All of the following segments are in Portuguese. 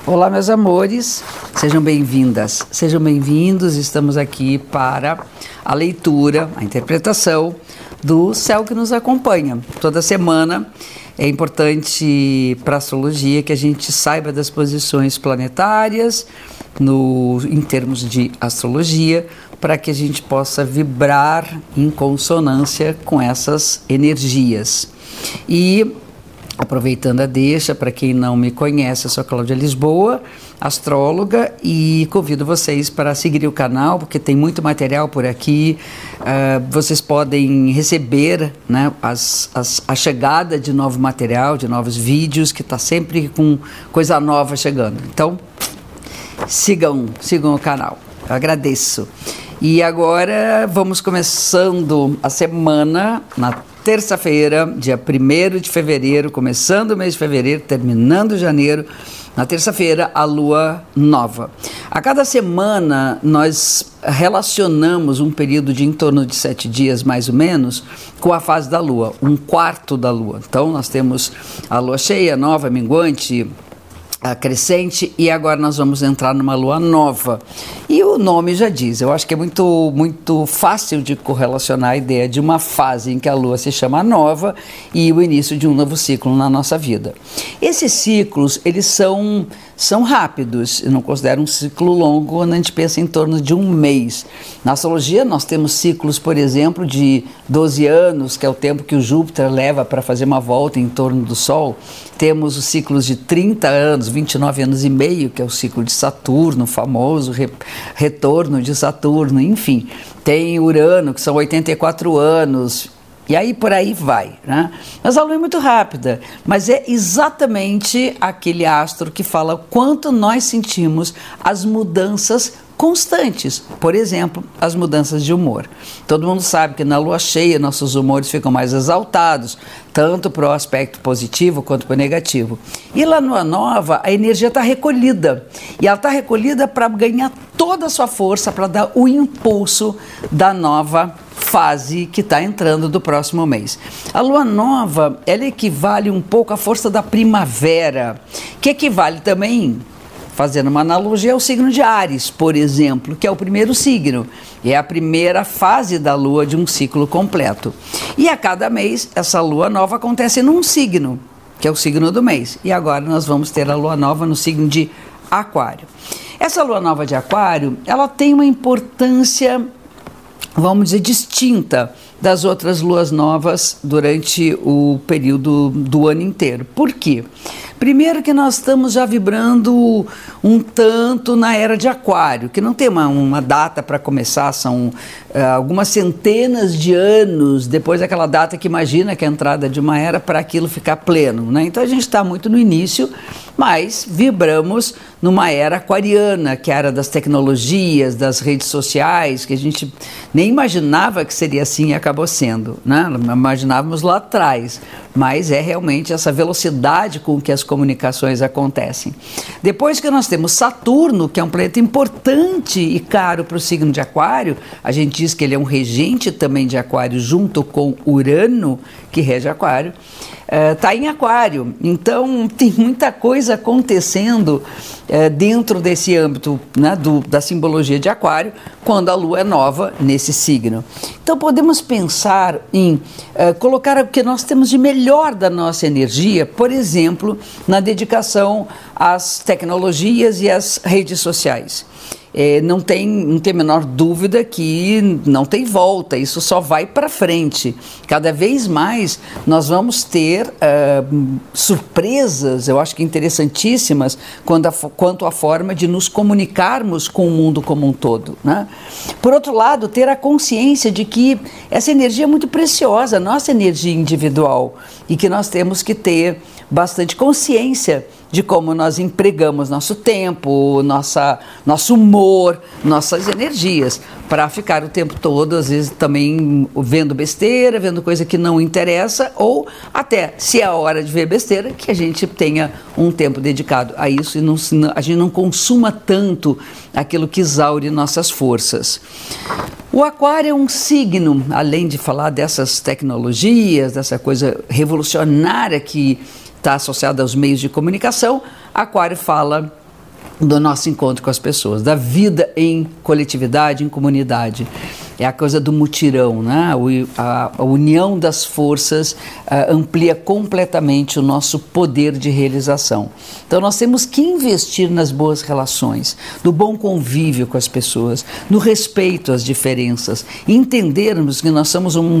Olá, meus amores, sejam bem-vindas, sejam bem-vindos. Estamos aqui para a leitura, a interpretação do céu que nos acompanha. Toda semana é importante para a astrologia que a gente saiba das posições planetárias em termos de astrologia, para que a gente possa vibrar em consonância com essas energias. E aproveitando a deixa, para quem não me conhece, eu sou Cláudia Lisboa, astróloga, e convido vocês para seguir o canal, porque tem muito material por aqui. Vocês podem receber, né, a chegada de novo material, de novos vídeos, que está sempre com coisa nova chegando. Então, sigam o canal, eu agradeço. E agora vamos começando a semana na terça-feira, dia 1º de fevereiro, começando o mês de fevereiro, terminando janeiro. Na terça-feira, a lua nova. A cada semana, nós relacionamos um período de em torno de 7 dias, mais ou menos, com a fase da lua, um quarto da lua. Então, nós temos a lua cheia, nova, minguante, a crescente, e agora nós vamos entrar numa lua nova. E o nome já diz, eu acho que é muito fácil de correlacionar a ideia de uma fase em que a lua se chama nova e o início de um novo ciclo na nossa vida. Esses ciclos, eles são rápidos, eu não considero um ciclo longo quando a gente pensa em torno de um mês. Na astrologia nós temos ciclos, por exemplo, de 12 anos, que é o tempo que o Júpiter leva para fazer uma volta em torno do Sol. Temos os ciclos de 30 anos, 29 anos e meio, que é o ciclo de Saturno, o famoso retorno de Saturno, enfim. Tem Urano, que são 84 anos, e aí por aí vai, né? Mas a lua é muito rápida, mas é exatamente aquele astro que fala o quanto nós sentimos as mudanças constantes. Por exemplo, as mudanças de humor. Todo mundo sabe que na lua cheia nossos humores ficam mais exaltados, tanto para o aspecto positivo quanto para o negativo. E lá na lua nova, a energia está recolhida. E ela está recolhida para ganhar toda a sua força, para dar o impulso da nova fase que está entrando do próximo mês. A lua nova, ela equivale um pouco à força da primavera, que equivale também, fazendo uma analogia, ao signo de Áries, por exemplo, que é o primeiro signo. É a primeira fase da lua de um ciclo completo. E a cada mês, essa lua nova acontece num signo, que é o signo do mês. E agora nós vamos ter a lua nova no signo de Aquário. Essa lua nova de Aquário, ela tem uma importância, vamos dizer, distinta das outras luas novas durante o período do ano inteiro. Por quê? Primeiro que nós estamos já vibrando um tanto na era de Aquário, que não tem uma data para começar, são algumas centenas de anos depois daquela data que imagina que é a entrada de uma era para aquilo ficar pleno, né? Então a gente está muito no início, mas vibramos numa era aquariana, que é a era das tecnologias, das redes sociais, que a gente nem imaginava que seria assim e acabou sendo, né? Imaginávamos lá atrás, mas é realmente essa velocidade com que as comunicações acontecem. Depois que nós temos Saturno, que é um planeta importante e caro para o signo de Aquário, a gente diz que ele é um regente também de Aquário, junto com Urano, que rege Aquário, está em Aquário. Então tem muita coisa acontecendo dentro desse âmbito, né, da simbologia de Aquário, quando a lua é nova nesse signo. Então podemos pensar em colocar o que nós temos de melhor da nossa energia, por exemplo, na dedicação às tecnologias e às redes sociais. Não tem a menor dúvida que não tem volta, isso só vai para frente. Cada vez mais nós vamos ter surpresas, eu acho que interessantíssimas, quanto à forma de nos comunicarmos com o mundo como um todo, né? Por outro lado, ter a consciência de que essa energia é muito preciosa, a nossa energia individual, e que nós temos que ter bastante consciência de como nós empregamos nosso tempo, nosso humor, nossas energias, para ficar o tempo todo, às vezes também vendo besteira, vendo coisa que não interessa, ou até, se é a hora de ver besteira, que a gente tenha um tempo dedicado a isso e a gente não consuma tanto aquilo que exaure nossas forças. O Aquário é um signo, além de falar dessas tecnologias, dessa coisa revolucionária que está associada aos meios de comunicação, Aquário fala do nosso encontro com as pessoas, da vida em coletividade, em comunidade. É a coisa do mutirão, né? A união das forças amplia completamente o nosso poder de realização. Então nós temos que investir nas boas relações, no bom convívio com as pessoas, no respeito às diferenças, entendermos que nós somos um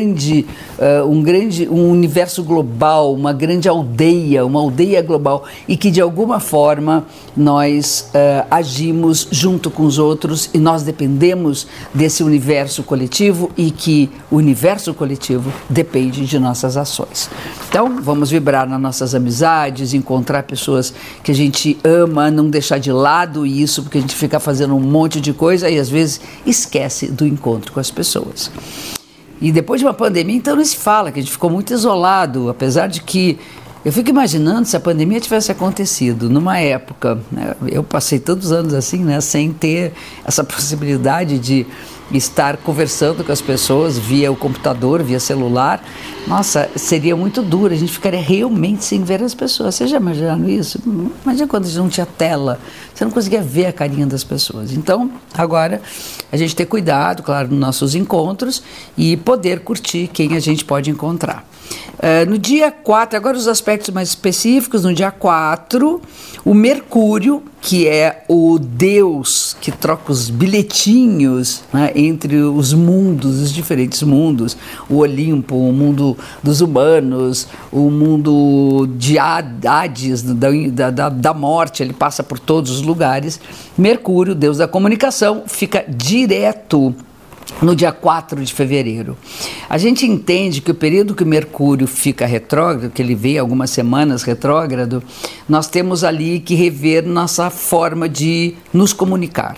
universo global, uma grande aldeia, uma aldeia global, e que de alguma forma nós agimos junto com os outros e nós dependemos desse universo coletivo e que o universo coletivo depende de nossas ações. Então, vamos vibrar nas nossas amizades, encontrar pessoas que a gente ama, não deixar de lado isso, porque a gente fica fazendo um monte de coisa e às vezes esquece do encontro com as pessoas. E depois de uma pandemia, então não se fala, que a gente ficou muito isolado, apesar de que eu fico imaginando se a pandemia tivesse acontecido numa época, né, eu passei tantos anos assim, né, sem ter essa possibilidade de estar conversando com as pessoas via o computador, via celular. Nossa, seria muito duro, a gente ficaria realmente sem ver as pessoas. Vocês já imaginaram isso? Imagina quando a gente não tinha tela, você não conseguia ver a carinha das pessoas. Então, agora, a gente ter cuidado, claro, nos nossos encontros e poder curtir quem a gente pode encontrar. No dia 4, agora os aspectos mais específicos, no dia 4, o Mercúrio, que é o Deus que troca os bilhetinhos, né, entre os mundos, os diferentes mundos, o Olimpo, o mundo dos humanos, o mundo de Hades, da morte, ele passa por todos os lugares. Mercúrio, Deus da comunicação, fica direto no dia 4 de fevereiro. A gente entende que o período que o Mercúrio fica retrógrado, que ele vem algumas semanas retrógrado, nós temos ali que rever nossa forma de nos comunicar.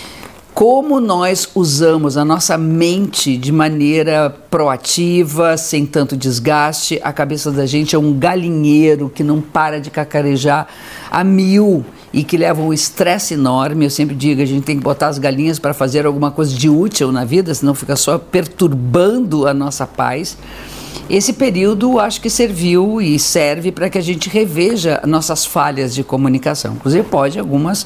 Como nós usamos a nossa mente de maneira proativa, sem tanto desgaste. A cabeça da gente é um galinheiro que não para de cacarejar a mil e que leva um estresse enorme. Eu sempre digo, a gente tem que botar as galinhas para fazer alguma coisa de útil na vida, senão fica só perturbando a nossa paz. Esse período acho que serviu e serve para que a gente reveja nossas falhas de comunicação. Inclusive pode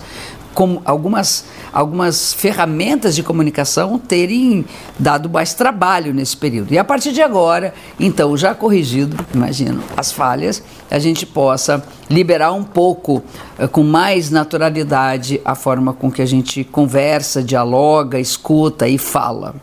algumas ferramentas de comunicação terem dado mais trabalho nesse período. E a partir de agora, então, já corrigido, imagino, as falhas, a gente possa liberar um pouco, com mais naturalidade, a forma com que a gente conversa, dialoga, escuta e fala.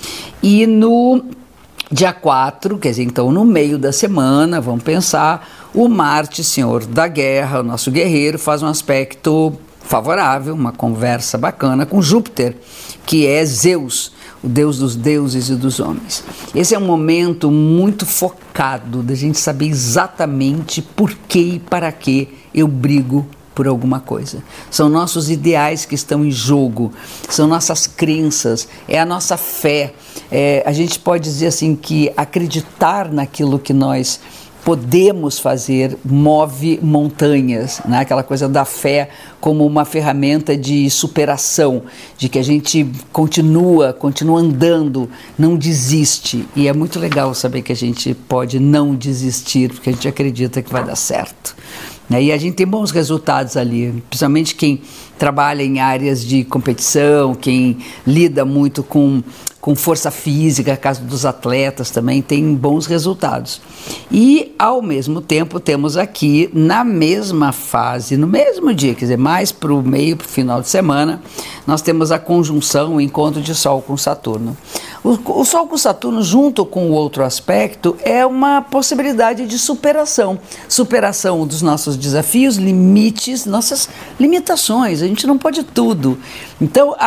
E no dia 4, quer dizer, então no meio da semana, vamos pensar, o Marte, senhor da guerra, o nosso guerreiro, faz um aspecto favorável, uma conversa bacana com Júpiter, que é Zeus, o deus dos deuses e dos homens. Esse é um momento muito focado da gente saber exatamente por que e para que eu brigo por alguma coisa. São nossos ideais que estão em jogo, são nossas crenças, é a nossa fé. A gente pode dizer assim que acreditar naquilo que nós podemos fazer move montanhas, né? Aquela coisa da fé como uma ferramenta de superação, de que a gente continua andando, não desiste. E é muito legal saber que a gente pode não desistir, porque a gente acredita que vai dar certo. E a gente tem bons resultados ali, principalmente quem trabalha em áreas de competição, quem lida muito com força física, caso dos atletas também, tem bons resultados. E, ao mesmo tempo, temos aqui, na mesma fase, no mesmo dia, quer dizer, mais para o meio, para o final de semana, nós temos a conjunção, o encontro de Sol com Saturno. O Sol com Saturno, junto com o outro aspecto, é uma possibilidade de superação. Superação dos nossos desafios, limites, nossas limitações. A gente não pode tudo. Então,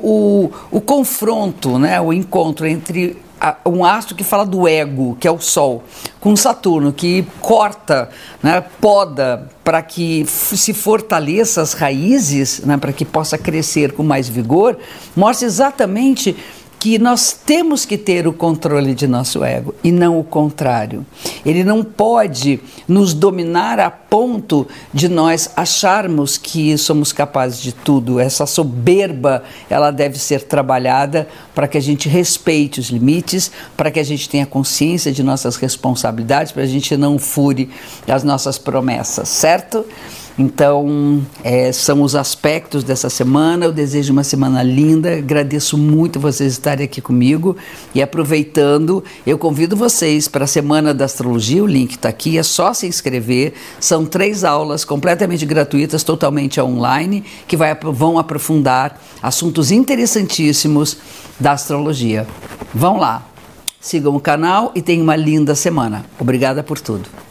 o confronto, né, o encontro entre um astro que fala do ego, que é o Sol, com Saturno, que corta, né, poda para que se fortaleça as raízes, né, para que possa crescer com mais vigor, mostra exatamente que nós temos que ter o controle de nosso ego e não o contrário. Ele não pode nos dominar a ponto de nós acharmos que somos capazes de tudo. Essa soberba, ela deve ser trabalhada para que a gente respeite os limites, para que a gente tenha consciência de nossas responsabilidades, para a gente não fure as nossas promessas, certo? Então, são os aspectos dessa semana. Eu desejo uma semana linda, agradeço muito vocês estarem aqui comigo e aproveitando, eu convido vocês para a Semana da Astrologia, o link está aqui, é só se inscrever, são 3 aulas completamente gratuitas, totalmente online, que vão aprofundar assuntos interessantíssimos da astrologia. Vão lá, sigam o canal e tenham uma linda semana. Obrigada por tudo.